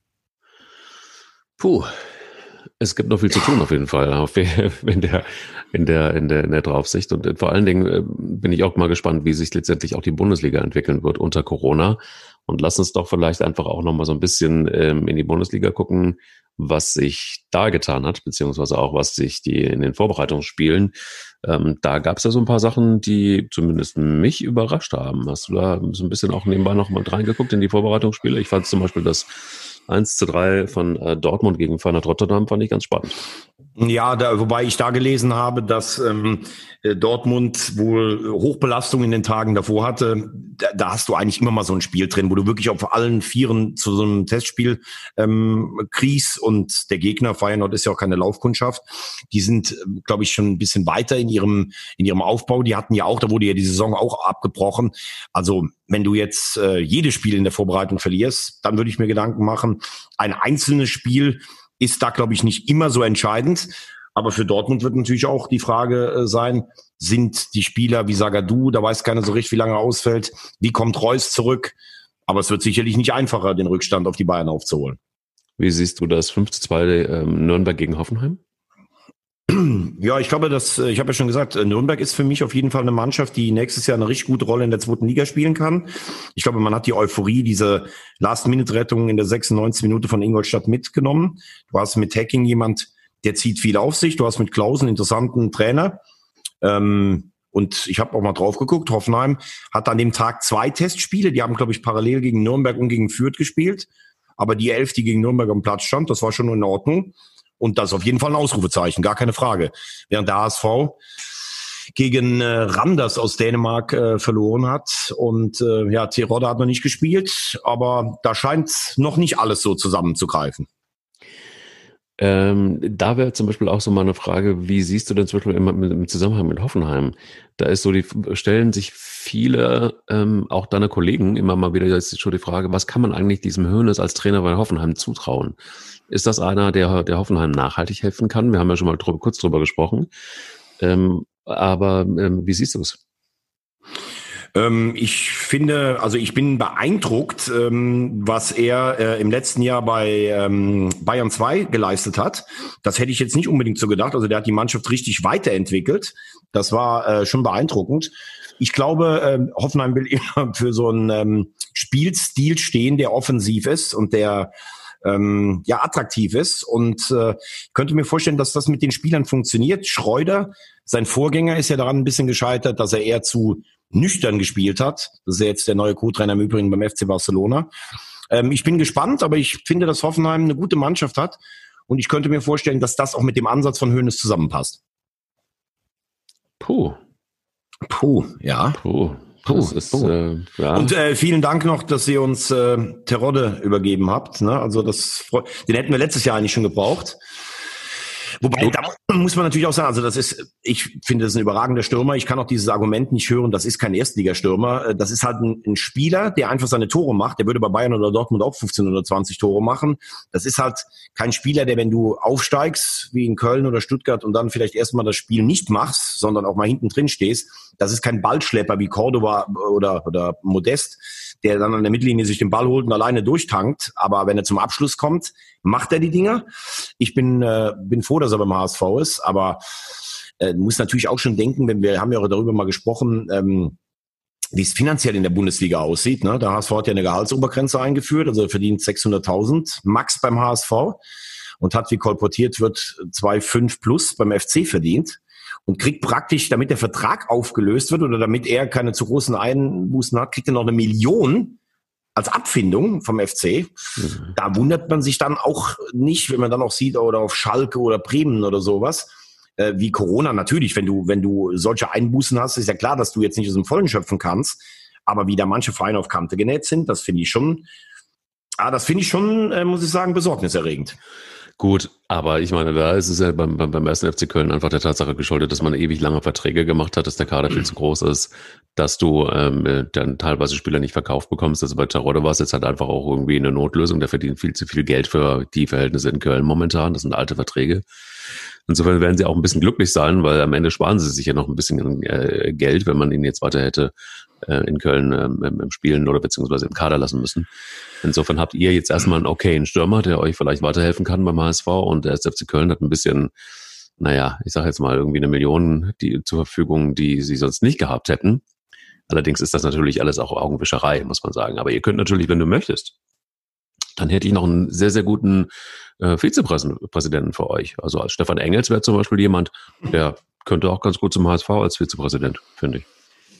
Puh, es gibt noch viel zu tun auf jeden Fall auf in der in der in der in der Draufsicht und vor allen Dingen äh, bin ich auch mal gespannt, wie sich letztendlich auch die Bundesliga entwickeln wird unter Corona und lass uns doch vielleicht einfach auch noch mal so ein bisschen ähm, in die Bundesliga gucken, was sich da getan hat, beziehungsweise auch was sich die in den Vorbereitungsspielen ähm, da gab es ja so ein paar Sachen, die zumindest mich überrascht haben. Hast du da so ein bisschen auch nebenbei noch mal reingeguckt in die Vorbereitungsspiele? Ich fand zum Beispiel das eins zu drei von äh, Dortmund gegen Feyenoord Rotterdam fand ich ganz spannend. Ja, da, wobei ich da gelesen habe, dass ähm, Dortmund wohl Hochbelastung in den Tagen davor hatte. Da, da hast du eigentlich immer mal so ein Spiel drin, wo du wirklich auf allen Vieren zu so einem Testspiel ähm, kriegst und der Gegner, Feyenoord ist ja auch keine Laufkundschaft, die sind, glaube ich, schon ein bisschen weiter in ihrem in ihrem Aufbau. Die hatten ja auch, da wurde ja die Saison auch abgebrochen. Also wenn du jetzt äh, jedes Spiel in der Vorbereitung verlierst, dann würde ich mir Gedanken machen, ein einzelnes Spiel ist da, glaube ich, nicht immer so entscheidend. Aber für Dortmund wird natürlich auch die Frage äh, sein, sind die Spieler wie Zagadou, da weiß keiner so richtig, wie lange er ausfällt, wie kommt Reus zurück? Aber es wird sicherlich nicht einfacher, den Rückstand auf die Bayern aufzuholen. Wie siehst du das fünf zu zwei ähm, Nürnberg gegen Hoffenheim? Ja, ich glaube, dass ich habe ja schon gesagt, Nürnberg ist für mich auf jeden Fall eine Mannschaft, die nächstes Jahr eine richtig gute Rolle in der zweiten Liga spielen kann. Ich glaube, man hat die Euphorie, diese Last-Minute-Rettung in der sechsundneunzigsten Minute von Ingolstadt mitgenommen. Du hast mit Hacking jemand, der zieht viel auf sich. Du hast mit Klausen einen interessanten Trainer. Ähm, und ich habe auch mal drauf geguckt. Hoffenheim hat an dem Tag zwei Testspiele. Die haben, glaube ich, parallel gegen Nürnberg und gegen Fürth gespielt. Aber die Elf, die gegen Nürnberg am Platz stand, das war schon in Ordnung. Und das ist auf jeden Fall ein Ausrufezeichen, gar keine Frage. Während der H S V gegen äh, Randers aus Dänemark äh, verloren hat. Und äh, ja, Terodde hat noch nicht gespielt, aber da scheint noch nicht alles so zusammenzugreifen. Ähm, da wäre zum Beispiel auch so mal eine Frage, wie siehst du denn zum Beispiel im, im Zusammenhang mit Hoffenheim? Da ist so die, stellen sich viele, ähm, auch deine Kollegen immer mal wieder jetzt schon die Frage, was kann man eigentlich diesem Hoeneß als Trainer bei Hoffenheim zutrauen? Ist das einer, der, der Hoffenheim nachhaltig helfen kann? Wir haben ja schon mal drüber, kurz drüber gesprochen. Ähm, aber ähm, wie siehst du es? Ähm, ich finde, also ich bin beeindruckt, ähm, was er äh, im letzten Jahr bei ähm, Bayern zwei geleistet hat. Das hätte ich jetzt nicht unbedingt so gedacht. Also der hat die Mannschaft richtig weiterentwickelt. Das war äh, schon beeindruckend. Ich glaube, äh, Hoffenheim will immer für so einen ähm, Spielstil stehen, der offensiv ist und der ähm, ja attraktiv ist. Und äh, ich könnte mir vorstellen, dass das mit den Spielern funktioniert. Schreuder, sein Vorgänger, ist ja daran ein bisschen gescheitert, dass er eher zu nüchtern gespielt hat. Das ist ja jetzt der neue Co-Trainer im Übrigen beim F C Barcelona. Ähm, ich bin gespannt, aber ich finde, dass Hoffenheim eine gute Mannschaft hat. Und ich könnte mir vorstellen, dass das auch mit dem Ansatz von Hoeneß zusammenpasst. Puh. Puh, ja. Puh. Das ist, puh. Äh, ja. Und äh, vielen Dank noch, dass ihr uns äh, Terodde übergeben habt. Ne? Also das, den hätten wir letztes Jahr eigentlich schon gebraucht. Wobei, da muss man natürlich auch sagen, also das ist, ich finde, das ist ein überragender Stürmer. Ich kann auch dieses Argument nicht hören, das ist kein Erstligastürmer. Das ist halt ein, ein Spieler, der einfach seine Tore macht. Der würde bei Bayern oder Dortmund auch fünfzehn oder zwanzig Tore machen. Das ist halt kein Spieler, der, wenn du aufsteigst, wie in Köln oder Stuttgart und dann vielleicht erstmal das Spiel nicht machst, sondern auch mal hinten drin stehst. Das ist kein Ballschlepper wie Cordoba oder, oder Modest, der dann an der Mittellinie sich den Ball holt und alleine durchtankt. Aber wenn er zum Abschluss kommt, macht er die Dinger. Ich bin, äh, bin froh, dass er beim H S V ist, aber äh, muss natürlich auch schon denken, wenn wir haben ja auch darüber mal gesprochen, ähm, wie es finanziell in der Bundesliga aussieht. Ne? Der H S V hat ja eine Gehaltsobergrenze eingeführt, also er verdient sechshunderttausend max beim H S V und hat, wie kolportiert wird, zwei Komma fünf plus beim F C verdient. Und kriegt praktisch, damit der Vertrag aufgelöst wird oder damit er keine zu großen Einbußen hat, kriegt er noch eine Million als Abfindung vom F C. Mhm. Da wundert man sich dann auch nicht, wenn man dann auch sieht, oder auf Schalke oder Bremen oder sowas, äh, wie Corona. Natürlich, wenn du, wenn du solche Einbußen hast, ist ja klar, dass du jetzt nicht aus dem Vollen schöpfen kannst. Aber wie da manche Vereine auf Kante genäht sind, das finde ich schon, ah, das finde ich schon, äh, muss ich sagen, besorgniserregend. Gut, aber ich meine, da ist es ja beim, beim, beim ersten F C Köln einfach der Tatsache geschuldet, dass man ewig lange Verträge gemacht hat, dass der Kader viel zu groß ist, dass du ähm, dann teilweise Spieler nicht verkauft bekommst. Also bei Terodde war es jetzt halt einfach auch irgendwie eine Notlösung. Der verdient viel zu viel Geld für die Verhältnisse in Köln momentan. Das sind alte Verträge. Insofern werden sie auch ein bisschen glücklich sein, weil am Ende sparen sie sich ja noch ein bisschen äh, Geld, wenn man ihn jetzt weiter hätte äh, in Köln ähm, im Spielen oder beziehungsweise im Kader lassen müssen. Insofern habt ihr jetzt erstmal einen okayen Stürmer, der euch vielleicht weiterhelfen kann beim H S V, und der erste F C Köln hat ein bisschen, naja, ich sage jetzt mal irgendwie eine Million die zur Verfügung, die sie sonst nicht gehabt hätten. Allerdings ist das natürlich alles auch Augenwischerei, muss man sagen. Aber ihr könnt natürlich, wenn du möchtest, dann hätte ich noch einen sehr, sehr guten äh, Vizepräsidenten für euch. Also als Stefan Engels wäre zum Beispiel jemand, der könnte auch ganz gut zum H S V als Vizepräsident, finde ich.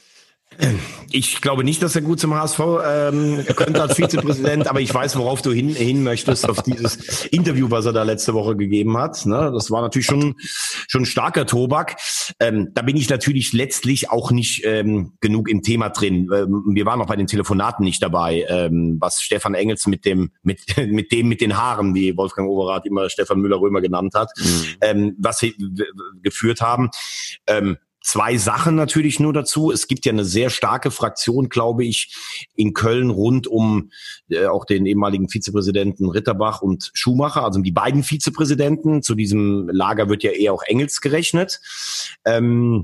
Ich glaube nicht, dass er gut zum H S V ähm, könnte als Vizepräsident, aber ich weiß, worauf du hin, hin möchtest, auf dieses Interview, was er da letzte Woche gegeben hat. Ne? Das war natürlich schon schon ein starker Tobak. Ähm, da bin ich natürlich letztlich auch nicht ähm, genug im Thema drin. Ähm, wir waren auch bei den Telefonaten nicht dabei, ähm, was Stefan Engels mit dem mit mit dem mit den Haaren, wie Wolfgang Overath immer Stefan Müller-Römer genannt hat, mhm. ähm, was sie w- geführt haben. Ähm, Zwei Sachen natürlich nur dazu. Es gibt ja eine sehr starke Fraktion, glaube ich, in Köln rund um äh, auch den ehemaligen Vizepräsidenten Ritterbach und Schumacher, also die beiden Vizepräsidenten. Zu diesem Lager wird ja eher auch Engels gerechnet. Ähm,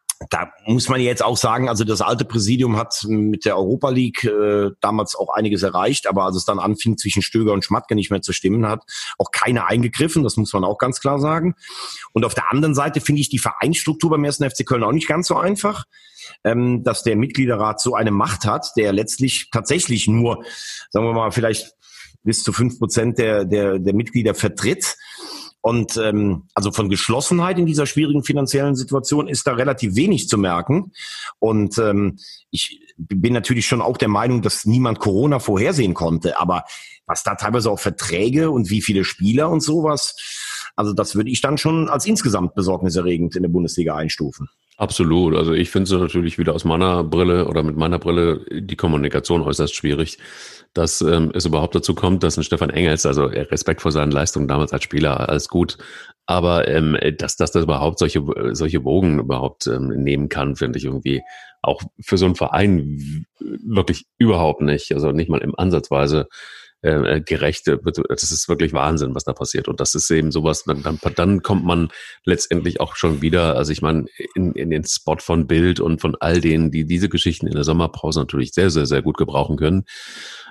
Da muss man jetzt auch sagen, also das alte Präsidium hat mit der Europa League äh, damals auch einiges erreicht, aber als es dann anfing, zwischen Stöger und Schmatke nicht mehr zu stimmen, hat auch keiner eingegriffen, das muss man auch ganz klar sagen. Und auf der anderen Seite finde ich die Vereinsstruktur beim ersten F C Köln auch nicht ganz so einfach, ähm, dass der Mitgliederrat so eine Macht hat, der letztlich tatsächlich nur, sagen wir mal, vielleicht bis zu fünf Prozent der, der, der Mitglieder vertritt. Und ähm, also von Geschlossenheit in dieser schwierigen finanziellen Situation ist da relativ wenig zu merken. Und ähm, ich bin natürlich schon auch der Meinung, dass niemand Corona vorhersehen konnte. Aber was da teilweise auch Verträge und wie viele Spieler und sowas, also das würde ich dann schon als insgesamt besorgniserregend in der Bundesliga einstufen. Absolut. Also ich finde es natürlich wieder aus meiner Brille oder mit meiner Brille die Kommunikation äußerst schwierig, dass ähm, es überhaupt dazu kommt, dass ein Stefan Engels, also Respekt vor seinen Leistungen damals als Spieler, alles gut, aber ähm, dass, dass das überhaupt solche solche Bogen überhaupt ähm, nehmen kann, finde ich irgendwie auch für so einen Verein wirklich überhaupt nicht, also nicht mal im Ansatzweise äh, gerecht. Das ist wirklich Wahnsinn, was da passiert. Und das ist eben sowas, dann, dann, dann kommt man letztendlich auch schon wieder, also ich meine, in, in den Spot von Bild und von all denen, die diese Geschichten in der Sommerpause natürlich sehr, sehr, sehr gut gebrauchen können.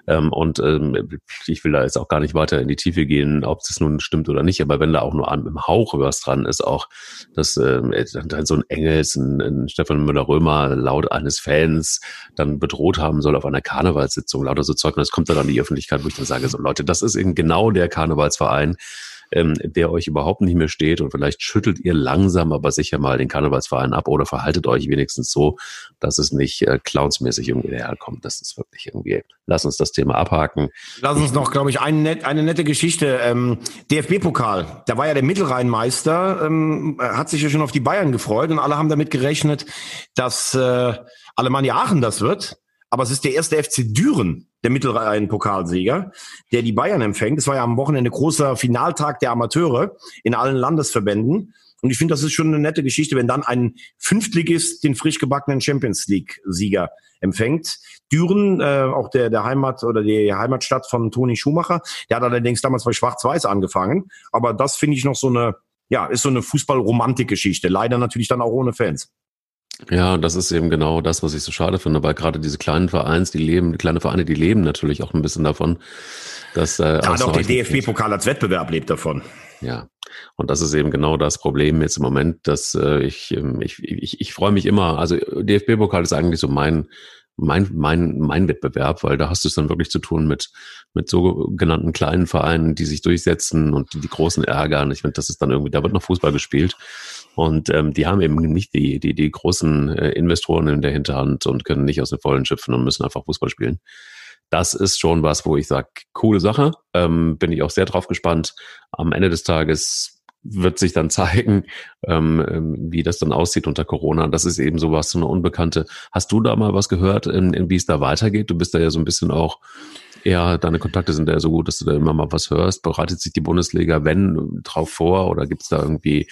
Ähm, und ähm, ich will da jetzt auch gar nicht weiter in die Tiefe gehen, ob das nun stimmt oder nicht, aber wenn da auch nur an, im Hauch was dran ist, auch, dass ähm, dann so ein Engels, ein, ein Stefan Müller-Römer laut eines Fans dann bedroht haben soll auf einer Karnevalssitzung, lauter so Zeug, und das kommt dann an die Öffentlichkeit, wo ich dann sage, so Leute, das ist eben genau der Karnevalsverein, ähm, der euch überhaupt nicht mehr steht, und vielleicht schüttelt ihr langsam, aber sicher mal den Karnevalsverein ab oder verhaltet euch wenigstens so, dass es nicht äh, clownsmäßig irgendwie daherkommt. Das ist wirklich irgendwie, lass uns das Thema abhaken. Lass uns noch, glaube ich, eine, net, eine nette Geschichte. Ähm, D F B-Pokal, da war ja der Mittelrheinmeister, ähm, hat sich ja schon auf die Bayern gefreut und alle haben damit gerechnet, dass äh, Alemannia Aachen das wird. Aber es ist der erste F C Düren, der Mittelrhein-Pokalsieger, der die Bayern empfängt. Es war ja am Wochenende großer Finaltag der Amateure in allen Landesverbänden. Und ich finde, das ist schon eine nette Geschichte, wenn dann ein Fünftligist den frisch gebackenen Champions League-Sieger empfängt. Düren, äh, auch der, der Heimat oder die Heimatstadt von Toni Schumacher, der hat allerdings damals bei Schwarz-Weiß angefangen. Aber das finde ich noch so eine, ja, ist so eine Fußball-Romantik-Geschichte. Leider natürlich dann auch ohne Fans. Ja, das ist eben genau das, was ich so schade finde, weil gerade diese kleinen Vereins, die leben, die kleine Vereine, die leben natürlich auch ein bisschen davon, dass äh, ja, auch der D F B-Pokal als Wettbewerb lebt davon. Ja, und das ist eben genau das Problem jetzt im Moment, dass äh, ich, ich ich ich freue mich immer. Also D F B-Pokal ist eigentlich so mein mein mein mein Wettbewerb, weil da hast du es dann wirklich zu tun mit mit sogenannten kleinen Vereinen, die sich durchsetzen und die, die großen ärgern. Ich finde, das ist dann irgendwie, da wird noch Fußball gespielt. Und ähm, die haben eben nicht die die die großen äh, Investoren in der Hinterhand und können nicht aus den Vollen schöpfen und müssen einfach Fußball spielen. Das ist schon was, wo ich sage, coole Sache, ähm, bin ich auch sehr drauf gespannt. Am Ende des Tages wird sich dann zeigen, ähm, wie das dann aussieht unter Corona. Das ist eben sowas, so eine Unbekannte. Hast du da mal was gehört, in, in wie es da weitergeht? Du bist da ja so ein bisschen auch, eher deine Kontakte sind ja so gut, dass du da immer mal was hörst. Bereitet sich die Bundesliga, wenn, drauf vor, oder gibt es da irgendwie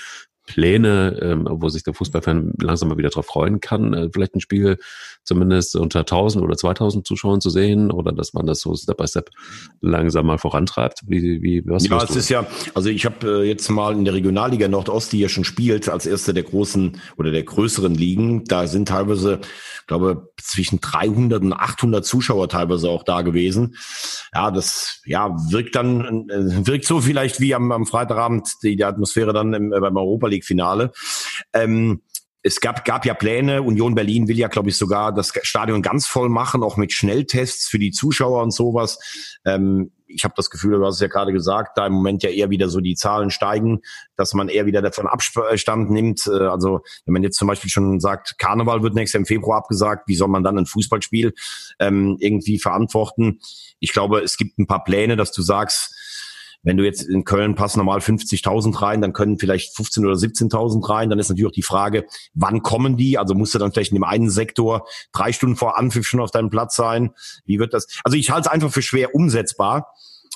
Pläne, ähm, wo sich der Fußballfan langsam mal wieder drauf freuen kann, äh, vielleicht ein Spiel zumindest unter tausend oder zweitausend Zuschauern zu sehen, oder dass man das so Step by Step langsam mal vorantreibt? Wie, wie, was ja, es ist ja, also ich habe äh, jetzt mal in der Regionalliga Nordost, die ja schon spielt, als erste der großen oder der größeren Ligen, da sind teilweise, glaube zwischen dreihundert und achthundert Zuschauer teilweise auch da gewesen. Ja, das ja wirkt dann, äh, wirkt so vielleicht wie am, am Freitagabend die, die Atmosphäre dann im, äh, beim Europa League Finale. Ähm, es gab, gab ja Pläne. Union Berlin will ja, glaube ich, sogar das Stadion ganz voll machen, auch mit Schnelltests für die Zuschauer und sowas. Ähm, ich habe das Gefühl, du hast es ja gerade gesagt, da im Moment ja eher wieder so die Zahlen steigen, dass man eher wieder davon Abstand nimmt. Also wenn man jetzt zum Beispiel schon sagt, Karneval wird nächstes Jahr im Februar abgesagt, wie soll man dann ein Fußballspiel ähm, irgendwie verantworten? Ich glaube, es gibt ein paar Pläne, dass du sagst, wenn du jetzt in Köln passen normal fünfzigtausend rein, dann können vielleicht fünfzehntausend oder siebzehntausend rein. Dann ist natürlich auch die Frage, wann kommen die? Also musst du dann vielleicht in dem einen Sektor drei Stunden vor Anpfiff schon auf deinem Platz sein? Wie wird das? Also ich halte es einfach für schwer umsetzbar.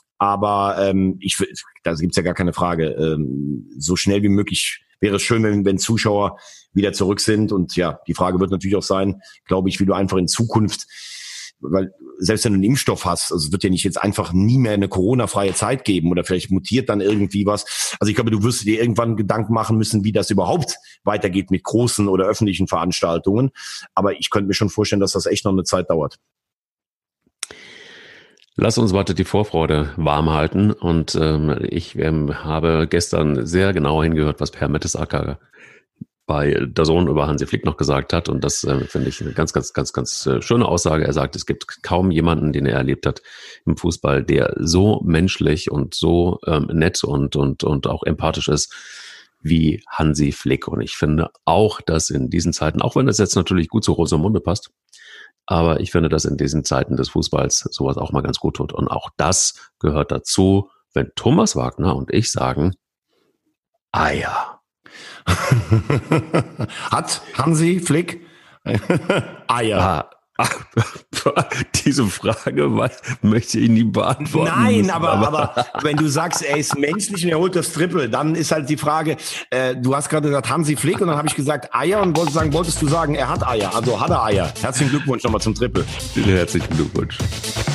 Aber ähm, ich, da gibt's ja gar keine Frage. Ähm, so schnell wie möglich wäre es schön, wenn, wenn Zuschauer wieder zurück sind. Und ja, die Frage wird natürlich auch sein, glaube ich, wie du einfach in Zukunft, weil selbst wenn du einen Impfstoff hast, also es wird ja nicht jetzt einfach nie mehr eine Corona-freie Zeit geben oder vielleicht mutiert dann irgendwie was. Also ich glaube, du wirst dir irgendwann Gedanken machen müssen, wie das überhaupt weitergeht mit großen oder öffentlichen Veranstaltungen. Aber ich könnte mir schon vorstellen, dass das echt noch eine Zeit dauert. Lass uns weiter die Vorfreude warm halten. Und ähm, ich ähm, habe gestern sehr genau hingehört, was Per Mertesacker bei DAZN über Hansi Flick noch gesagt hat. Und das äh, finde ich eine ganz, ganz, ganz, ganz äh, schöne Aussage. Er sagt, es gibt kaum jemanden, den er erlebt hat im Fußball, der so menschlich und so ähm, nett und, und, und auch empathisch ist wie Hansi Flick. Und ich finde auch, dass in diesen Zeiten, auch wenn das jetzt natürlich gut zu Rosamunde passt, aber ich finde, dass in diesen Zeiten des Fußballs sowas auch mal ganz gut tut. Und auch das gehört dazu, wenn Thomas Wagner und ich sagen, Eier. Hat Hansi Flick Eier? Ah, diese Frage möchte ich nie beantworten. Nein, müssen, aber, aber, aber wenn du sagst, er ist menschlich und er holt das Triple, dann ist halt die Frage, äh, du hast gerade gesagt Hansi Flick und dann habe ich gesagt Eier und wollte sagen, wolltest du sagen, er hat Eier, also hat er Eier. Herzlichen Glückwunsch nochmal zum Triple. Herzlichen Glückwunsch.